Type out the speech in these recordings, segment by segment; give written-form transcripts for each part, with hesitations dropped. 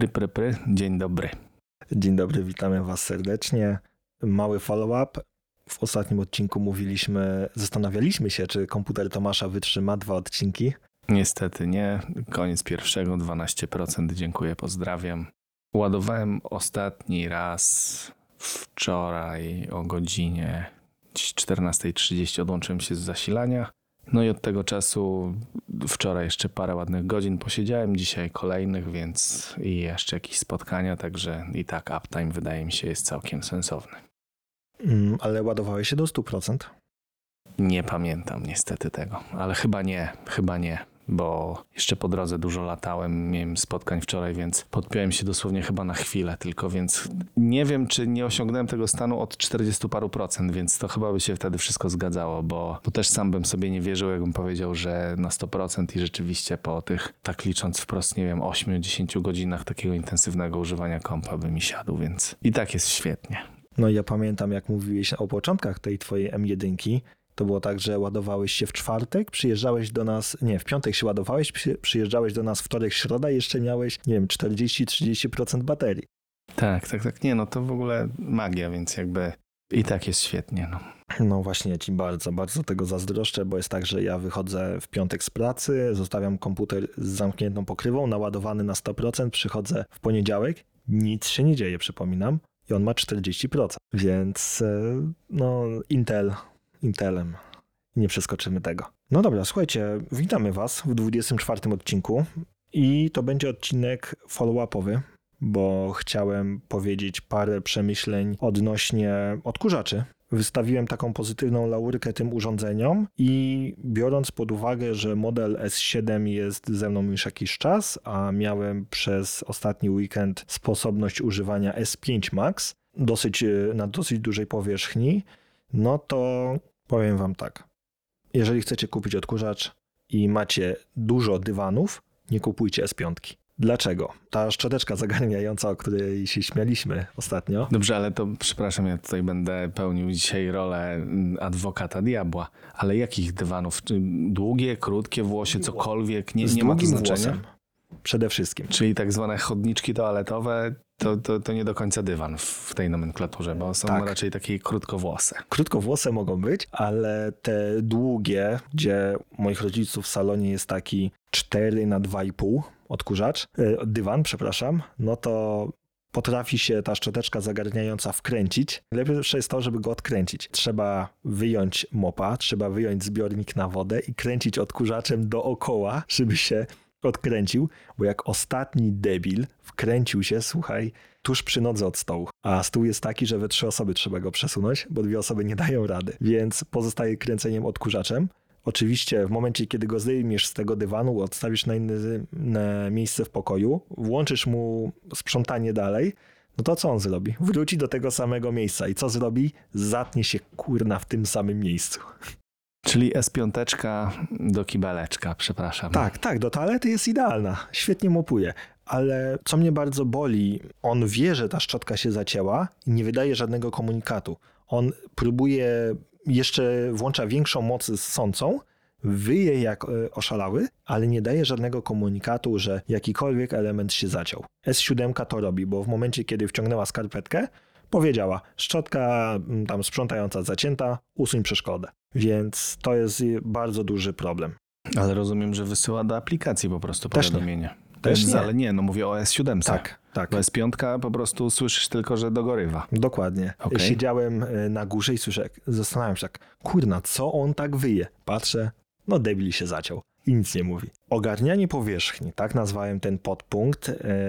Dzień dobry. Dzień dobry, witamy Was serdecznie. Mały follow-up. W ostatnim odcinku zastanawialiśmy się, czy komputer Tomasza wytrzyma 2 odcinki. Niestety nie. Koniec pierwszego, 12%. Dziękuję, pozdrawiam. Ładowałem ostatni raz wczoraj o godzinie 14:30. Odłączyłem się z zasilania. No i od tego czasu wczoraj jeszcze parę ładnych godzin posiedziałem, dzisiaj kolejnych, więc i jeszcze jakieś spotkania, także i tak uptime wydaje mi się jest całkiem sensowny. Ale ładowałeś się do 100%? Nie pamiętam niestety tego, ale chyba nie, bo jeszcze po drodze dużo latałem, miałem spotkań wczoraj, więc podpiąłem się dosłownie chyba na chwilę tylko, więc nie wiem, czy nie osiągnąłem tego stanu od 40 paru procent, więc to chyba by się wtedy wszystko zgadzało, bo też sam bym sobie nie wierzył, jakbym powiedział, że na 100% i rzeczywiście po tych, tak licząc wprost, nie wiem, 8-10 godzinach takiego intensywnego używania kompa by mi siadł, więc i tak jest świetnie. No ja pamiętam, jak mówiłeś o początkach tej twojej M1, to było tak, że ładowałeś się w czwartek, przyjeżdżałeś do nas, w piątek się ładowałeś, przyjeżdżałeś do nas wtorek, środa i jeszcze miałeś, 40-30% baterii. Tak. Nie, no to w ogóle magia, więc jakby i tak jest świetnie, no. No właśnie, ja ci bardzo, bardzo tego zazdroszczę, bo jest tak, że ja wychodzę w piątek z pracy, zostawiam komputer z zamkniętą pokrywą, naładowany na 100%, przychodzę w poniedziałek, nic się nie dzieje, przypominam, i on ma 40%, więc Intelem. Nie przeskoczymy tego. No dobra, słuchajcie, witamy Was w 24 odcinku i to będzie odcinek follow-upowy, bo chciałem powiedzieć parę przemyśleń odnośnie odkurzaczy. Wystawiłem taką pozytywną laurkę tym urządzeniom i biorąc pod uwagę, że model S7 jest ze mną już jakiś czas, a miałem przez ostatni weekend sposobność używania S5 Max na dosyć dużej powierzchni, no to powiem Wam tak. Jeżeli chcecie kupić odkurzacz i macie dużo dywanów, nie kupujcie S5. Dlaczego? Ta szczoteczka zagarniająca, o której się śmialiśmy ostatnio. Dobrze, ale to przepraszam, ja tutaj będę pełnił dzisiaj rolę adwokata diabła. Ale jakich dywanów? Długie, krótkie włosie, cokolwiek? Nie ma to znaczenia? Włosem. Przede wszystkim. Czyli tak zwane chodniczki toaletowe to nie do końca dywan w tej nomenklaturze, bo są raczej takie krótkowłose. Krótkowłose mogą być, ale te długie, gdzie moich rodziców w salonie jest taki 4x2,5 dywan, no to potrafi się ta szczoteczka zagarniająca wkręcić. Lepsze jest to, żeby go odkręcić. Trzeba wyjąć mopa, trzeba wyjąć zbiornik na wodę i kręcić odkurzaczem dookoła, żeby się odkręcił, bo jak ostatni debil wkręcił się, słuchaj, tuż przy nodze od stołu. A stół jest taki, że we 3 osoby trzeba go przesunąć, bo 2 osoby nie dają rady. Więc pozostaje kręceniem odkurzaczem. Oczywiście w momencie, kiedy go zdejmiesz z tego dywanu, odstawisz na inne miejsce w pokoju, włączysz mu sprzątanie dalej, no to co on zrobi? Wróci do tego samego miejsca i co zrobi? Zatnie się kurna w tym samym miejscu. Czyli S5 do kibeleczka, przepraszam. Tak, do toalety jest idealna. Świetnie mopuje. Ale co mnie bardzo boli, on wie, że ta szczotka się zacięła i nie wydaje żadnego komunikatu. On próbuje, jeszcze włącza większą moc ssącą, wyje jak oszalały, ale nie daje żadnego komunikatu, że jakikolwiek element się zaciął. S7 to robi, bo w momencie, kiedy wciągnęła skarpetkę, powiedziała, szczotka tam sprzątająca zacięta, usuń przeszkodę. Więc to jest bardzo duży problem. Ale rozumiem, że wysyła do aplikacji po prostu powiadomienie. Ale nie, mówię o S7. Tak. Bo S5 po prostu słyszysz tylko, że dogorywa. Dokładnie. Okay. Siedziałem na górze i słyszę, zastanawiam się tak, kurna, co on tak wyje? Patrzę, debil się zaciął i nic nie mówi. Ogarnianie powierzchni, tak nazwałem ten podpunkt.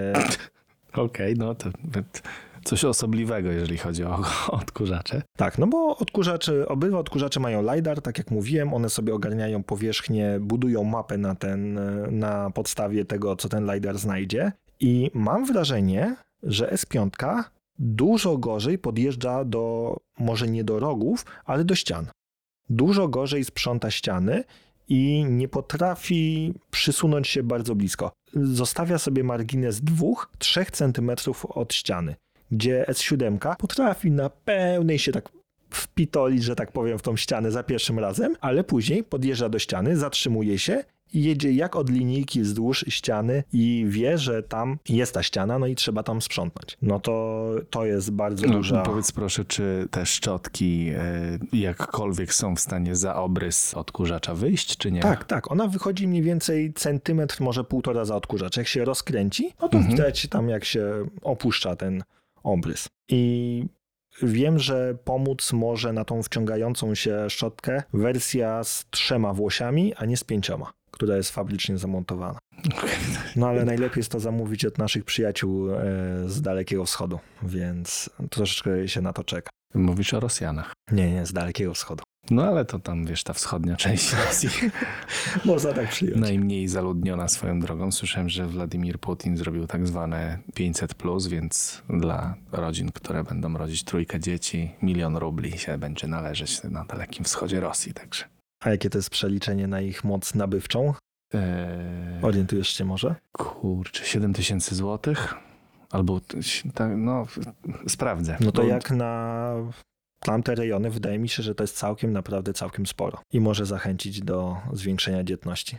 Okej, to coś osobliwego, jeżeli chodzi o odkurzacze. Tak, bo obydwa odkurzacze mają LiDAR, tak jak mówiłem, one sobie ogarniają powierzchnię, budują mapę na podstawie tego, co ten LiDAR znajdzie i mam wrażenie, że S5 dużo gorzej podjeżdża może nie do rogów, ale do ścian. Dużo gorzej sprząta ściany i nie potrafi przysunąć się bardzo blisko. Zostawia sobie margines 2-3 cm od ściany, gdzie S7 potrafi na pełnej się tak wpitolić, że tak powiem, w tą ścianę za pierwszym razem, ale później podjeżdża do ściany, zatrzymuje się i jedzie jak od linijki wzdłuż ściany i wie, że tam jest ta ściana, no i trzeba tam sprzątnąć. No to jest bardzo duża... Powiedz proszę, czy te szczotki jakkolwiek są w stanie za obrys odkurzacza wyjść, czy nie? Tak. Ona wychodzi mniej więcej centymetr, może 1,5 za odkurzacz. Jak się rozkręci, no to widać tam, jak się opuszcza ten obrys. I wiem, że pomóc może na tą wciągającą się szczotkę wersja z 3 włosiami, a nie z 5, która jest fabrycznie zamontowana. No ale najlepiej jest to zamówić od naszych przyjaciół z Dalekiego Wschodu, więc troszeczkę się na to czeka. Mówisz o Rosjanach. Nie, z Dalekiego Wschodu. No ale to tam, wiesz, ta wschodnia część Rosji. Można tak przyjąć. Najmniej zaludniona swoją drogą. Słyszałem, że Władimir Putin zrobił tak zwane 500+, więc dla rodzin, które będą rodzić 3 dzieci, 1 000 000 rubli się będzie należeć na Dalekim Wschodzie Rosji, także. A jakie to jest przeliczenie na ich moc nabywczą? Orientujesz się może? Kurczę, 7000 złotych? Albo, no, sprawdzę. No to jak na tamte rejony, wydaje mi się, że to jest naprawdę całkiem sporo. I może zachęcić do zwiększenia dzietności.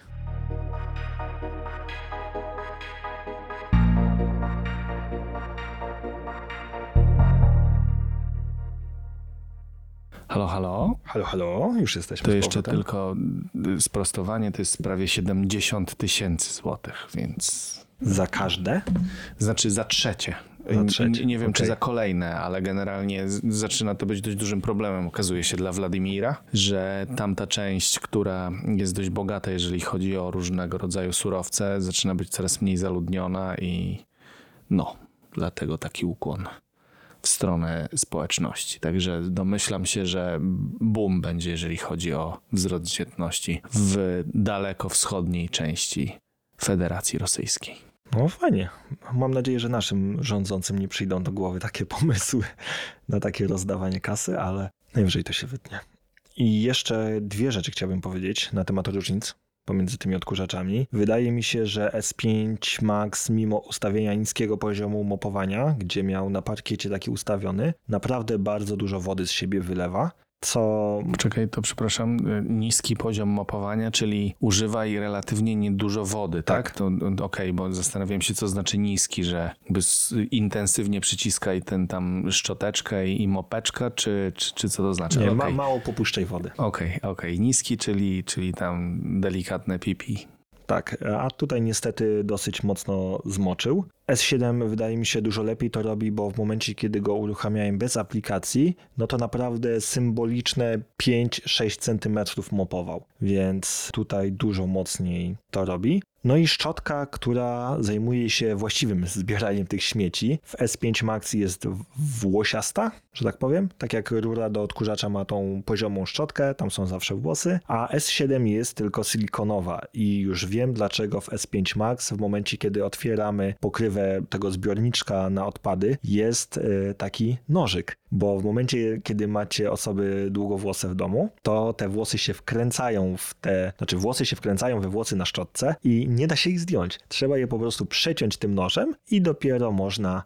Halo? Halo, już jesteśmy To z jeszcze powrotem. tylko sprostowanie, to jest prawie 70 000 złotych, więc... Za każde? Znaczy za trzecie. Za trzecie, Nie wiem, czy okej. za kolejne, ale generalnie zaczyna to być dość dużym problemem, okazuje się, dla Władimira, że tamta część, która jest dość bogata, jeżeli chodzi o różnego rodzaju surowce, zaczyna być coraz mniej zaludniona i no, dlatego taki ukłon w stronę społeczności. Także domyślam się, że boom będzie, jeżeli chodzi o wzrost dzietności w daleko wschodniej części Federacji Rosyjskiej. No fajnie. Mam nadzieję, że naszym rządzącym nie przyjdą do głowy takie pomysły na takie rozdawanie kasy, ale najwyżej to się wytnie. I jeszcze 2 rzeczy chciałbym powiedzieć na temat różnic pomiędzy tymi odkurzaczami. Wydaje mi się, że S5 Max, mimo ustawienia niskiego poziomu mopowania, gdzie miał na parkiecie taki ustawiony, naprawdę bardzo dużo wody z siebie wylewa, co... Czekaj, to przepraszam, niski poziom mopowania, czyli używaj relatywnie niedużo wody, tak? To okej, bo zastanawiam się, co znaczy niski, że jakby intensywnie przyciskaj ten tam szczoteczkę i mopeczka, czy co to znaczy? Nie, Okay. mało popuszczaj wody. Okej. Niski, czyli tam delikatne pipi. Tak, a tutaj niestety dosyć mocno zmoczył. S7 wydaje mi się dużo lepiej to robi, bo w momencie, kiedy go uruchamiałem bez aplikacji, no to naprawdę symboliczne 5-6 cm mopował, więc tutaj dużo mocniej to robi. No i szczotka, która zajmuje się właściwym zbieraniem tych śmieci. W S5 Max jest włosiasta, że tak powiem. Tak jak rura do odkurzacza ma tą poziomą szczotkę, tam są zawsze włosy, a S7 jest tylko silikonowa i już wiem, dlaczego w S5 Max w momencie, kiedy otwieramy pokrywę tego zbiorniczka na odpady, jest taki nożyk, bo w momencie, kiedy macie osoby długowłose w domu, to te włosy się wkręcają włosy się wkręcają we włosy na szczotce i nie da się ich zdjąć. Trzeba je po prostu przeciąć tym nożem i dopiero można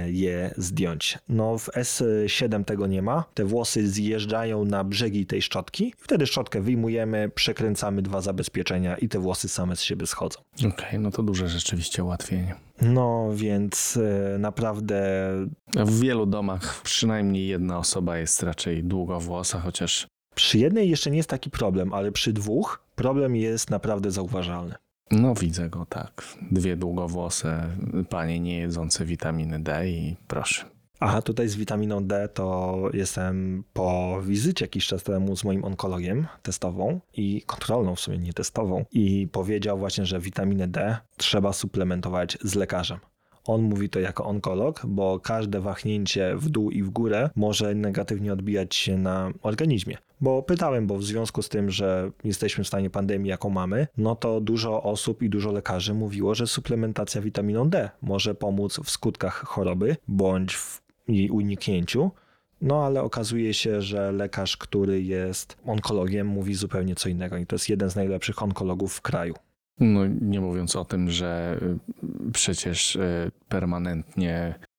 je zdjąć. No w S7 tego nie ma. Te włosy zjeżdżają na brzegi tej szczotki i wtedy szczotkę wyjmujemy, przekręcamy 2 zabezpieczenia i te włosy same z siebie schodzą. Okej, no to duże rzeczywiście ułatwienie. No więc naprawdę... W wielu domach przynajmniej jedna osoba jest raczej długowłosa, chociaż... Przy jednej jeszcze nie jest taki problem, ale przy 2 problem jest naprawdę zauważalny. No widzę go, tak. 2 długowłose panie nie jedzące witaminy D i proszę. Aha, tutaj z witaminą D to jestem po wizycie jakiś czas temu z moim onkologiem testową i kontrolną w sumie, nie testową, i powiedział właśnie, że witaminę D trzeba suplementować z lekarzem. On mówi to jako onkolog, bo każde wahnięcie w dół i w górę może negatywnie odbijać się na organizmie. Bo pytałem, bo w związku z tym, że jesteśmy w stanie pandemii, jaką mamy, no to dużo osób i dużo lekarzy mówiło, że suplementacja witaminą D może pomóc w skutkach choroby bądź w jej uniknięciu. No ale okazuje się, że lekarz, który jest onkologiem, mówi zupełnie co innego i to jest jeden z najlepszych onkologów w kraju. No nie mówiąc o tym, że przecież permanentnie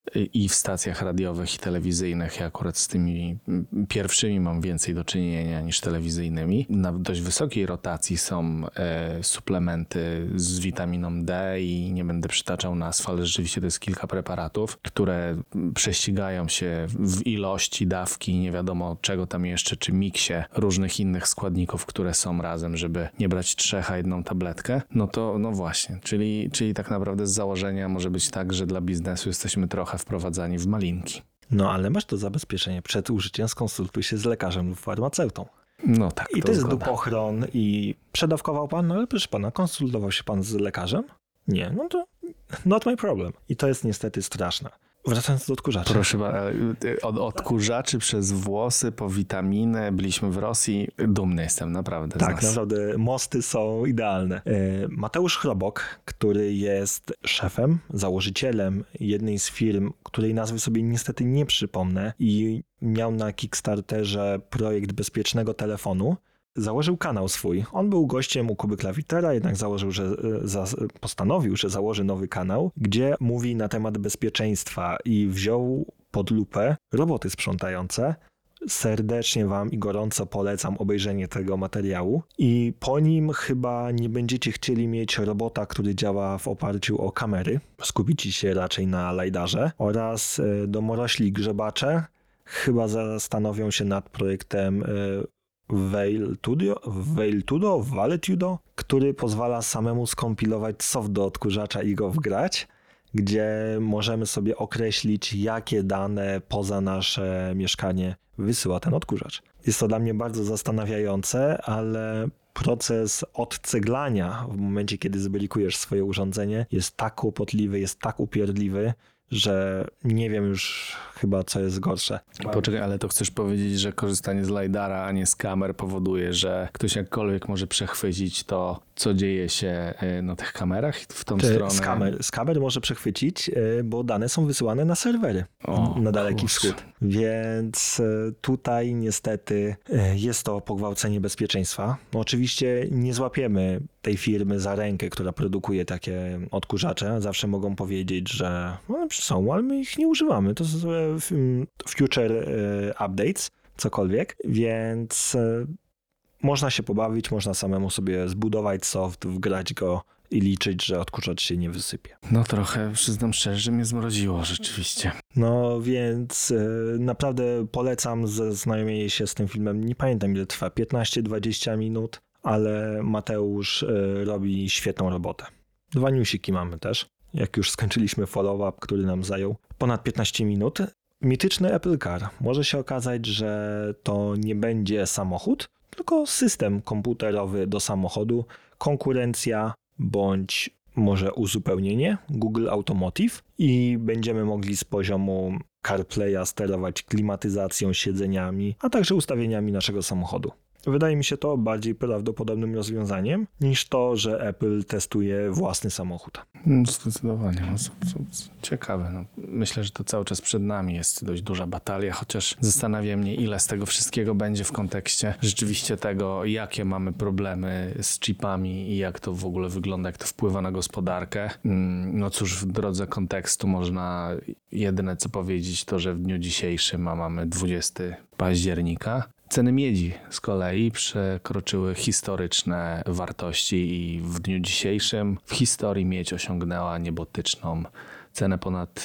i w stacjach radiowych i telewizyjnych. Ja akurat z tymi pierwszymi mam więcej do czynienia niż telewizyjnymi. Na dość wysokiej rotacji są suplementy z witaminą D i nie będę przytaczał nazw, ale rzeczywiście to jest kilka preparatów, które prześcigają się w ilości, dawki, nie wiadomo czego tam jeszcze, czy miksie różnych innych składników, które są razem, żeby nie brać 3 a 1 tabletkę. No właśnie, czyli tak naprawdę z założenia może być tak, że dla biznesu jesteśmy trochę wprowadzani w malinki. No ale masz to zabezpieczenie. Przed użyciem skonsultuj się z lekarzem lub farmaceutą. No tak, I to jest zgoda. dupochron i przedawkował pan, no ale proszę pana, konsultował się pan z lekarzem? Nie, no to not my problem. I to jest niestety straszne. Wracając do odkurzaczy. Proszę bardzo, od odkurzaczy przez włosy po witaminy, byliśmy w Rosji, dumny jestem naprawdę z Tak, nas. naprawdę mosty są idealne. Mateusz Chrobok, który jest szefem, założycielem jednej z firm, której nazwy sobie niestety nie przypomnę i miał na Kickstarterze projekt bezpiecznego telefonu, założył kanał swój. On był gościem u Kuby Klawitera, jednak postanowił, że założy nowy kanał, gdzie mówi na temat bezpieczeństwa i wziął pod lupę roboty sprzątające. Serdecznie wam i gorąco polecam obejrzenie tego materiału i po nim chyba nie będziecie chcieli mieć robota, który działa w oparciu o kamery. Skupicie się raczej na lajdarze oraz domorośli grzebacze chyba zastanowią się nad projektem Valetudo, który pozwala samemu skompilować soft do odkurzacza i go wgrać, gdzie możemy sobie określić, jakie dane poza nasze mieszkanie wysyła ten odkurzacz. Jest to dla mnie bardzo zastanawiające, ale proces odceglania w momencie, kiedy zbelikujesz swoje urządzenie jest tak kłopotliwy, jest tak upierdliwy, że nie wiem już chyba, co jest gorsze. Poczekaj, ale to chcesz powiedzieć, że korzystanie z LiDARa, a nie z kamer powoduje, że ktoś jakkolwiek może przechwycić to, co dzieje się na tych kamerach w tą stronę? Z kamer może przechwycić, bo dane są wysyłane na serwery na Daleki Wschód. Więc tutaj niestety jest to pogwałcenie bezpieczeństwa. No, oczywiście nie złapiemy tej firmy za rękę, która produkuje takie odkurzacze. Zawsze mogą powiedzieć, że one są, ale my ich nie używamy. To są future updates, cokolwiek, więc można się pobawić, można samemu sobie zbudować soft, wgrać go i liczyć, że odkurzacz się nie wysypie. No trochę, przyznam szczerze, że mnie zmroziło rzeczywiście. No więc naprawdę polecam zaznajomienie się z tym filmem. Nie pamiętam ile trwa, 15-20 minut, ale Mateusz robi świetną robotę. 2 newsiki mamy też. Jak już skończyliśmy follow-up, który nam zajął ponad 15 minut. Mityczny Apple Car. Może się okazać, że to nie będzie samochód, tylko system komputerowy do samochodu, konkurencja bądź może uzupełnienie Google Automotive i będziemy mogli z poziomu CarPlaya sterować klimatyzacją, siedzeniami, a także ustawieniami naszego samochodu. Wydaje mi się to bardziej prawdopodobnym rozwiązaniem niż to, że Apple testuje własny samochód. Zdecydowanie. No, ciekawe. No, myślę, że to cały czas przed nami jest dość duża batalia, chociaż zastanawia mnie, ile z tego wszystkiego będzie w kontekście rzeczywiście tego, jakie mamy problemy z chipami i jak to w ogóle wygląda, jak to wpływa na gospodarkę. No cóż, w drodze kontekstu można jedyne co powiedzieć to, że w dniu dzisiejszym, a mamy 20 października, ceny miedzi z kolei przekroczyły historyczne wartości i w dniu dzisiejszym w historii miedź osiągnęła niebotyczną cenę ponad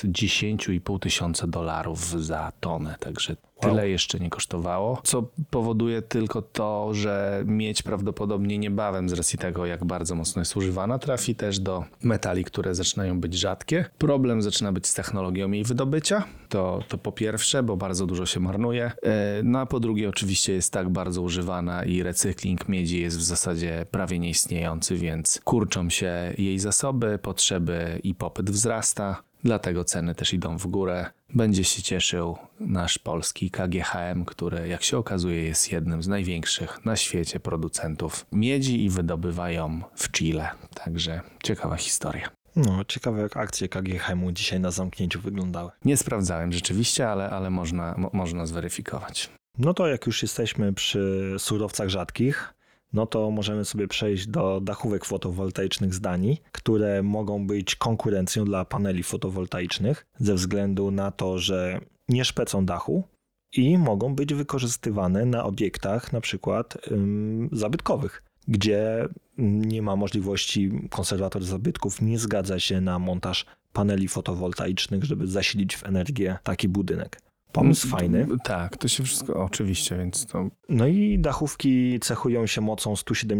$10,500 za tonę, także tyle jeszcze nie kosztowało, co powoduje tylko to, że miedź prawdopodobnie niebawem z racji tego, jak bardzo mocno jest używana, trafi też do metali, które zaczynają być rzadkie. Problem zaczyna być z technologią jej wydobycia, to po pierwsze, bo bardzo dużo się marnuje, no a po drugie oczywiście jest tak bardzo używana i recykling miedzi jest w zasadzie prawie nieistniejący, więc kurczą się jej zasoby, potrzeby i popyt wzrasta. Dlatego ceny też idą w górę. Będzie się cieszył nasz polski KGHM, który jak się okazuje jest jednym z największych na świecie producentów miedzi i wydobywa ją w Chile. Także ciekawa historia. No, ciekawe jak akcje KGHM-u dzisiaj na zamknięciu wyglądały. Nie sprawdzałem rzeczywiście, ale można zweryfikować. No to jak już jesteśmy przy surowcach rzadkich, no to możemy sobie przejść do dachówek fotowoltaicznych z Danii, które mogą być konkurencją dla paneli fotowoltaicznych ze względu na to, że nie szpecą dachu i mogą być wykorzystywane na obiektach na przykład zabytkowych, gdzie nie ma możliwości, konserwator zabytków nie zgadza się na montaż paneli fotowoltaicznych, żeby zasilić w energię taki budynek. Pomysł fajny. Tak, to się wszystko, oczywiście, więc to... No i dachówki cechują się mocą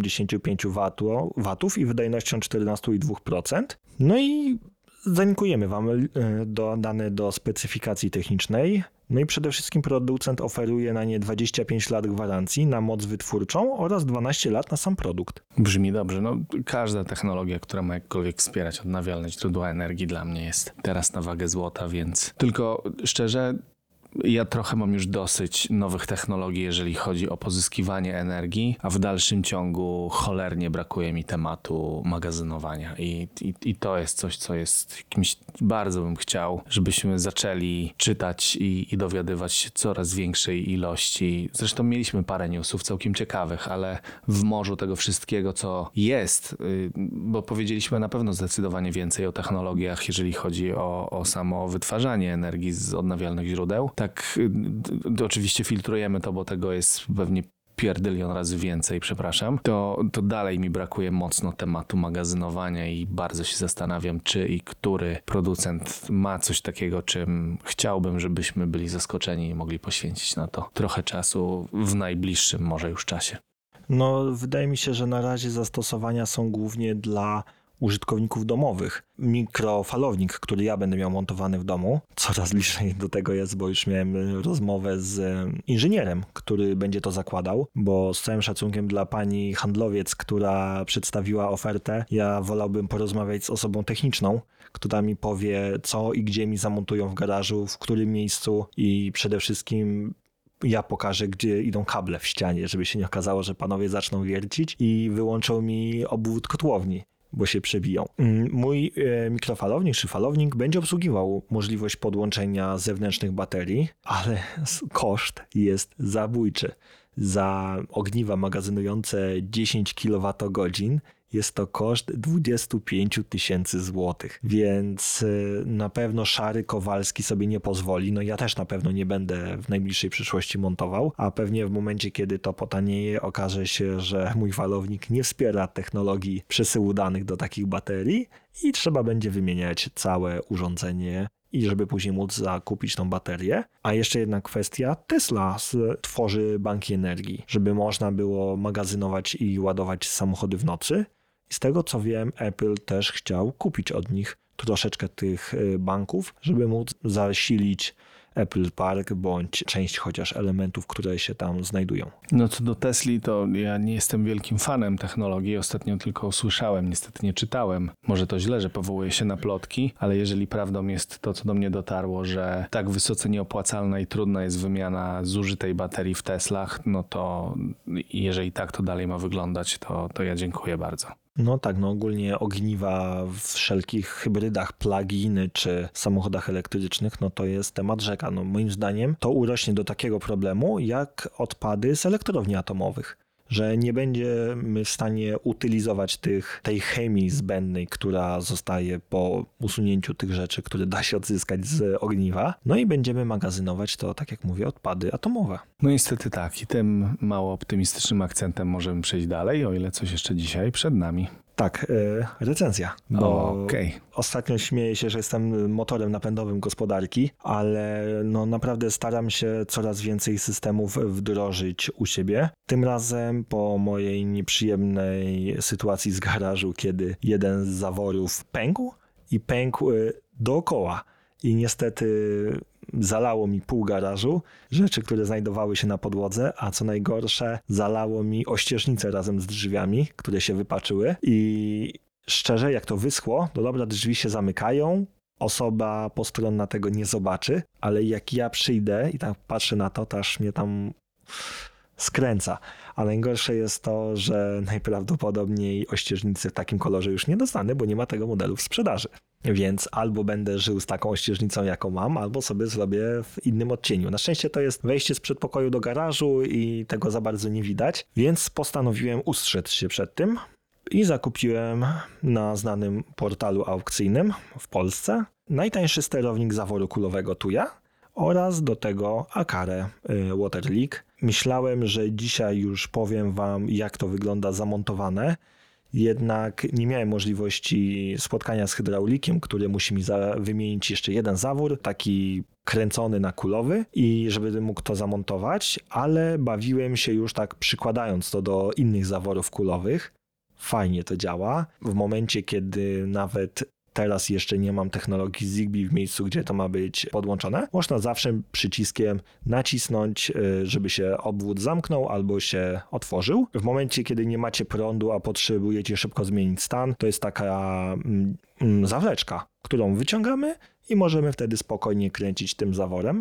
175 watów i wydajnością 14,2%. No i zalinkujemy wam dane do specyfikacji technicznej. No i przede wszystkim producent oferuje na nie 25 lat gwarancji na moc wytwórczą oraz 12 lat na sam produkt. Brzmi dobrze. No, każda technologia, która ma jakkolwiek wspierać odnawialne źródła energii, dla mnie jest teraz na wagę złota, więc tylko szczerze, ja trochę mam już dosyć nowych technologii, jeżeli chodzi o pozyskiwanie energii, a w dalszym ciągu cholernie brakuje mi tematu magazynowania i to jest coś, co jest jakimś, bardzo bym chciał, żebyśmy zaczęli czytać i dowiadywać się coraz większej ilości. Zresztą mieliśmy parę newsów całkiem ciekawych, ale w morzu tego wszystkiego, co jest, bo powiedzieliśmy na pewno zdecydowanie więcej o technologiach, jeżeli chodzi o samo wytwarzanie energii z odnawialnych źródeł. Tak, oczywiście filtrujemy to, bo tego jest pewnie pierdylion razy więcej, przepraszam, to dalej mi brakuje mocno tematu magazynowania i bardzo się zastanawiam, czy i który producent ma coś takiego, czym chciałbym, żebyśmy byli zaskoczeni i mogli poświęcić na to trochę czasu w najbliższym może już czasie. No, wydaje mi się, że na razie zastosowania są głównie dla użytkowników domowych. Mikrofalownik, który ja będę miał montowany w domu, coraz bliżej do tego jest, bo już miałem rozmowę z inżynierem, który będzie to zakładał, bo z całym szacunkiem dla pani handlowiec, która przedstawiła ofertę, ja wolałbym porozmawiać z osobą techniczną, która mi powie, co i gdzie mi zamontują w garażu, w którym miejscu i przede wszystkim ja pokażę, gdzie idą kable w ścianie, żeby się nie okazało, że panowie zaczną wiercić i wyłączą mi obwód kotłowni, bo się przebiją. Mój mikrofalownik czy falownik będzie obsługiwał możliwość podłączenia zewnętrznych baterii, ale koszt jest zabójczy. Za ogniwa magazynujące 10 kWh jest to koszt 25 000 złotych, więc na pewno Szary Kowalski sobie nie pozwoli. No ja też na pewno nie będę w najbliższej przyszłości montował, a pewnie w momencie, kiedy to potanieje, okaże się, że mój falownik nie wspiera technologii przesyłu danych do takich baterii i trzeba będzie wymieniać całe urządzenie i żeby później móc zakupić tą baterię. A jeszcze jedna kwestia, Tesla tworzy banki energii, żeby można było magazynować i ładować samochody w nocy. I z tego co wiem, Apple też chciał kupić od nich troszeczkę tych banków, żeby móc zasilić Apple Park bądź część chociaż elementów, które się tam znajdują. No co do Tesli, to ja nie jestem wielkim fanem technologii. Ostatnio tylko słyszałem, niestety nie czytałem. Może to źle, że powołuję się na plotki, ale jeżeli prawdą jest to, co do mnie dotarło, że tak wysoce nieopłacalna i trudna jest wymiana zużytej baterii w Teslach, no to jeżeli tak to dalej ma wyglądać, to ja dziękuję bardzo. No tak, no ogólnie ogniwa w wszelkich hybrydach, plug-iny czy samochodach elektrycznych, no to jest temat rzeka. No moim zdaniem to urośnie do takiego problemu jak odpady z elektrowni atomowych, że nie będziemy w stanie utylizować tej chemii zbędnej, która zostaje po usunięciu tych rzeczy, które da się odzyskać z ogniwa, no i będziemy magazynować to, tak jak mówię, odpady atomowe. No niestety tak i tym mało optymistycznym akcentem możemy przejść dalej, o ile coś jeszcze dzisiaj przed nami. Tak, recenzja, bo Okej. Ostatnio śmieję się, że jestem motorem napędowym gospodarki, ale no naprawdę staram się coraz więcej systemów wdrożyć u siebie. Tym razem po mojej nieprzyjemnej sytuacji z garażu, kiedy jeden z zaworów pękł i pękł dookoła. I niestety zalało mi pół garażu, rzeczy, które znajdowały się na podłodze, a co najgorsze, zalało mi ościeżnicę razem z drzwiami, które się wypaczyły. I szczerze, jak to wyschło, to dobra, drzwi się zamykają, osoba postronna tego nie zobaczy, ale jak ja przyjdę i tak patrzę na to aż mnie tam skręca. A najgorsze jest to, że najprawdopodobniej ościeżnicy w takim kolorze już nie dostanę, bo nie ma tego modelu w sprzedaży. Więc albo będę żył z taką ościeżnicą, jaką mam, albo sobie zrobię w innym odcieniu. Na szczęście to jest wejście z przedpokoju do garażu i tego za bardzo nie widać, więc postanowiłem ustrzec się przed tym i zakupiłem na znanym portalu aukcyjnym w Polsce najtańszy sterownik zaworu kulowego Tuya oraz do tego Acarę Water Leak. Myślałem, że dzisiaj już powiem wam, jak to wygląda zamontowane, jednak nie miałem możliwości spotkania z hydraulikiem, który musi mi wymienić jeszcze jeden zawór, taki kręcony na kulowy, i żeby mógł to zamontować, ale bawiłem się już tak przykładając to do innych zaworów kulowych. Fajnie to działa. W momencie, kiedy nawet teraz jeszcze nie mam technologii Zigbee w miejscu, gdzie to ma być podłączone, można zawsze przyciskiem nacisnąć, żeby się obwód zamknął albo się otworzył. W momencie, kiedy nie macie prądu, a potrzebujecie szybko zmienić stan, to jest taka zawleczka, którą wyciągamy i możemy wtedy spokojnie kręcić tym zaworem.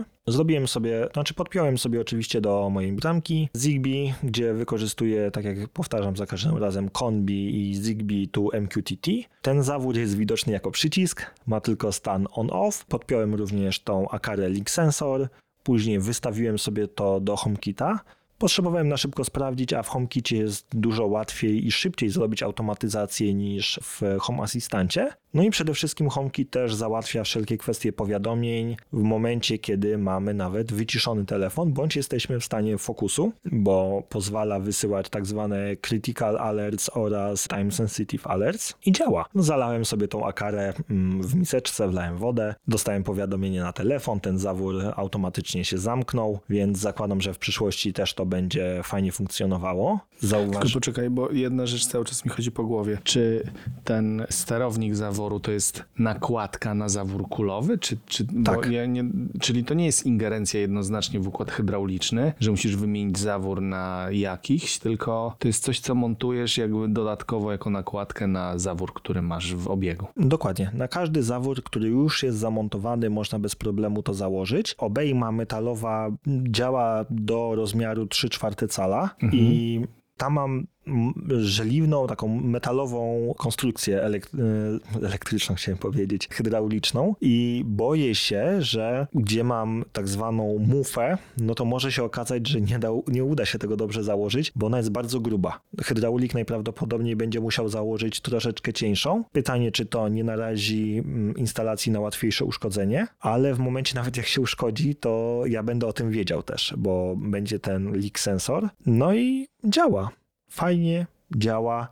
Podpiąłem sobie oczywiście do mojej bramki Zigbee, gdzie wykorzystuję, tak jak powtarzam za każdym razem, Conbi i Zigbee to MQTT. Ten zawór jest widoczny jako przycisk, ma tylko stan on-off. Podpiąłem również tą Acarę Leak Sensor, później wystawiłem sobie to do HomeKita. Potrzebowałem na szybko sprawdzić, a w HomeKicie jest dużo łatwiej i szybciej zrobić automatyzację niż w Home Assistancie. No i przede wszystkim HomeKit też załatwia wszelkie kwestie powiadomień w momencie, kiedy mamy nawet wyciszony telefon, bądź jesteśmy w stanie fokusu, bo pozwala wysyłać tak zwane critical alerts oraz time sensitive alerts i działa. Zalałem sobie tą Acarę w miseczce, wlałem wodę, dostałem powiadomienie na telefon, ten zawór automatycznie się zamknął, więc zakładam, że w przyszłości też to będzie fajnie funkcjonowało. Tylko poczekaj, bo jedna rzecz cały czas mi chodzi po głowie. Czy ten sterownik zaworu to jest nakładka na zawór kulowy? Tak. Czyli to nie jest ingerencja jednoznacznie w układ hydrauliczny, że musisz wymienić zawór na jakichś, tylko to jest coś, co montujesz jakby dodatkowo jako nakładkę na zawór, który masz w obiegu. Dokładnie. Na każdy zawór, który już jest zamontowany, można bez problemu to założyć. Obejma metalowa działa do rozmiaru 3/4 cala i tam mam żeliwną, taką metalową konstrukcję elektryczną, chciałem powiedzieć, hydrauliczną, i boję się, że gdzie mam tak zwaną mufę, no to może się okazać, że nie uda się tego dobrze założyć, bo ona jest bardzo gruba. Hydraulik najprawdopodobniej będzie musiał założyć troszeczkę cieńszą. Pytanie, czy to nie narazi instalacji na łatwiejsze uszkodzenie, ale w momencie nawet jak się uszkodzi, to ja będę o tym wiedział też, bo będzie ten leak sensor. No i działa. Fajnie działa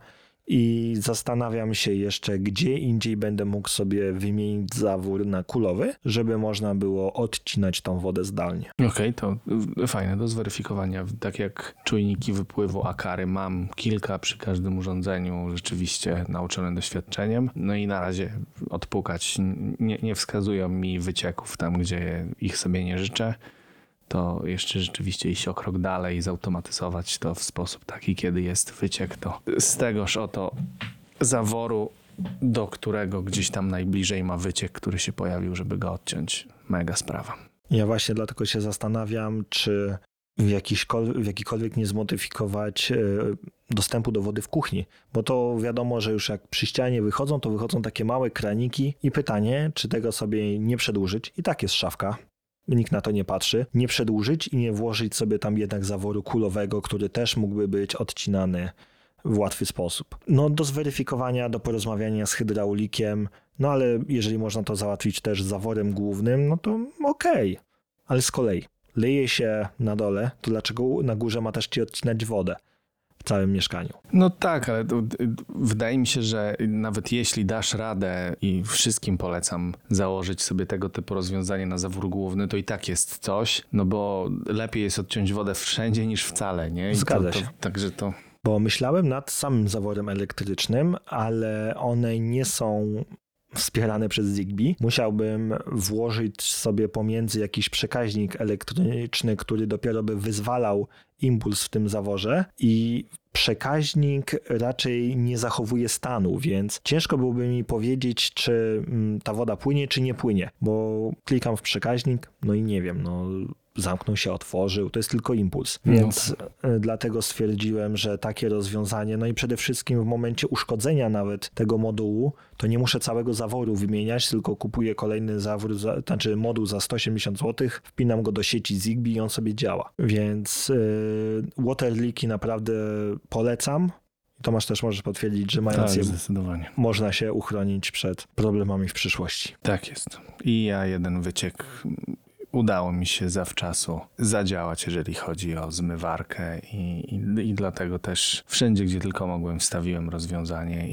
i zastanawiam się jeszcze, gdzie indziej będę mógł sobie wymienić zawór na kulowy, żeby można było odcinać tą wodę zdalnie. Okej, to fajne do zweryfikowania. Tak jak czujniki wypływu Acary mam kilka przy każdym urządzeniu, rzeczywiście nauczone doświadczeniem. No i na razie odpukać. Nie wskazują mi wycieków tam, gdzie ich sobie nie życzę. To jeszcze rzeczywiście iść o krok dalej i zautomatyzować to w sposób taki, kiedy jest wyciek, to z tegoż oto zaworu, do którego gdzieś tam najbliżej ma wyciek, który się pojawił, żeby go odciąć. Mega sprawa. Ja właśnie dlatego się zastanawiam, czy w jakikolwiek nie zmodyfikować dostępu do wody w kuchni, bo to wiadomo, że już jak przy ścianie wychodzą, to wychodzą takie małe kraniki i pytanie, czy tego sobie nie przedłużyć. I tak jest szafka. Nikt na to nie patrzy. Nie przedłużyć i nie włożyć sobie tam jednak zaworu kulowego, który też mógłby być odcinany w łatwy sposób. No do zweryfikowania, do porozmawiania z hydraulikiem, no ale jeżeli można to załatwić też z zaworem głównym, no to okej. Ale z kolei leje się na dole, to dlaczego na górze ma też ci odcinać wodę w całym mieszkaniu? No tak, ale to wydaje mi się, że nawet jeśli dasz radę, i wszystkim polecam założyć sobie tego typu rozwiązanie na zawór główny, to i tak jest coś, no bo lepiej jest odciąć wodę wszędzie niż wcale, nie? I Zgadza się. Także to... Bo myślałem nad samym zaworem elektrycznym, ale one nie są wspierane przez Zigbee. Musiałbym włożyć sobie pomiędzy jakiś przekaźnik elektryczny, który dopiero by wyzwalał impuls w tym zaworze, i przekaźnik raczej nie zachowuje stanu, więc ciężko byłoby mi powiedzieć, czy ta woda płynie, czy nie płynie, bo klikam w przekaźnik, no i nie wiem, no zamknął się, otworzył, to jest tylko impuls. No Więc dlatego stwierdziłem, że takie rozwiązanie, no i przede wszystkim w momencie uszkodzenia nawet tego modułu, to nie muszę całego zaworu wymieniać, tylko kupuję kolejny zawór, moduł za 180 zł, wpinam go do sieci Zigbee i on sobie działa. Więc Waterleaki naprawdę polecam. Tomasz też możesz potwierdzić, że mając je, zdecydowanie. można się uchronić przed problemami w przyszłości. Tak jest. I ja jeden wyciek udało mi się zawczasu zadziałać, jeżeli chodzi o zmywarkę i dlatego też wszędzie, gdzie tylko mogłem, wstawiłem rozwiązanie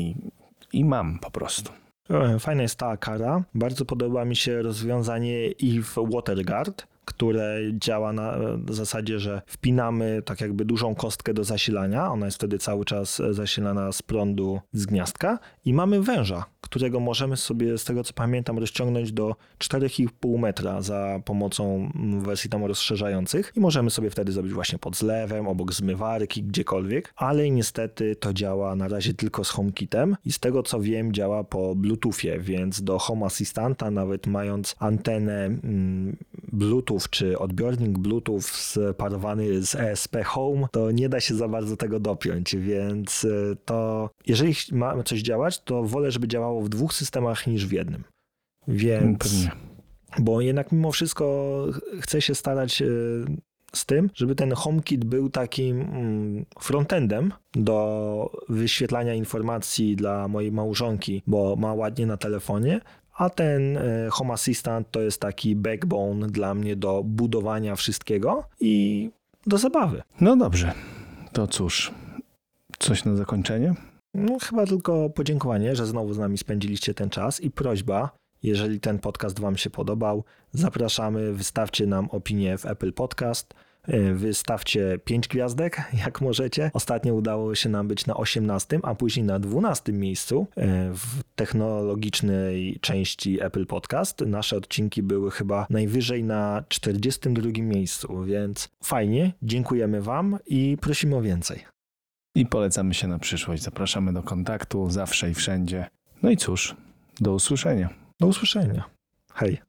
i mam po prostu. Fajna jest ta kara. Bardzo podoba mi się rozwiązanie Eve WaterGuard, które działa na zasadzie, że wpinamy tak jakby dużą kostkę do zasilania, ona jest wtedy cały czas zasilana z prądu z gniazdka i mamy węża, którego możemy sobie, z tego co pamiętam, rozciągnąć do 4,5 metra za pomocą wersji tam rozszerzających i możemy sobie wtedy zrobić właśnie pod zlewem, obok zmywarki, gdziekolwiek, ale niestety to działa na razie tylko z HomeKitem i z tego co wiem działa po Bluetoothie, więc do Home Assistanta nawet mając antenę Bluetooth czy odbiornik Bluetooth sparowany z ESP Home, to nie da się za bardzo tego dopiąć, więc to jeżeli ma coś działać, to wolę, żeby działało w 2 systemach niż w jednym. Więc, Pewnie. bo jednak mimo wszystko chcę się starać z tym, żeby ten HomeKit był takim frontendem do wyświetlania informacji dla mojej małżonki, bo ma ładnie na telefonie, a ten Home Assistant to jest taki backbone dla mnie do budowania wszystkiego i do zabawy. No dobrze, to cóż, coś na zakończenie? No, chyba tylko podziękowanie, że znowu z nami spędziliście ten czas i prośba, jeżeli ten podcast wam się podobał, zapraszamy, wystawcie nam opinię w Apple Podcast, wystawcie 5 gwiazdek, jak możecie. Ostatnio udało się nam być na 18, a później na 12 miejscu w technologicznej części Apple Podcast. Nasze odcinki były chyba najwyżej na 42 miejscu, więc fajnie, dziękujemy wam i prosimy o więcej. I polecamy się na przyszłość. Zapraszamy do kontaktu zawsze i wszędzie. No i cóż, do usłyszenia. Do usłyszenia. Hej.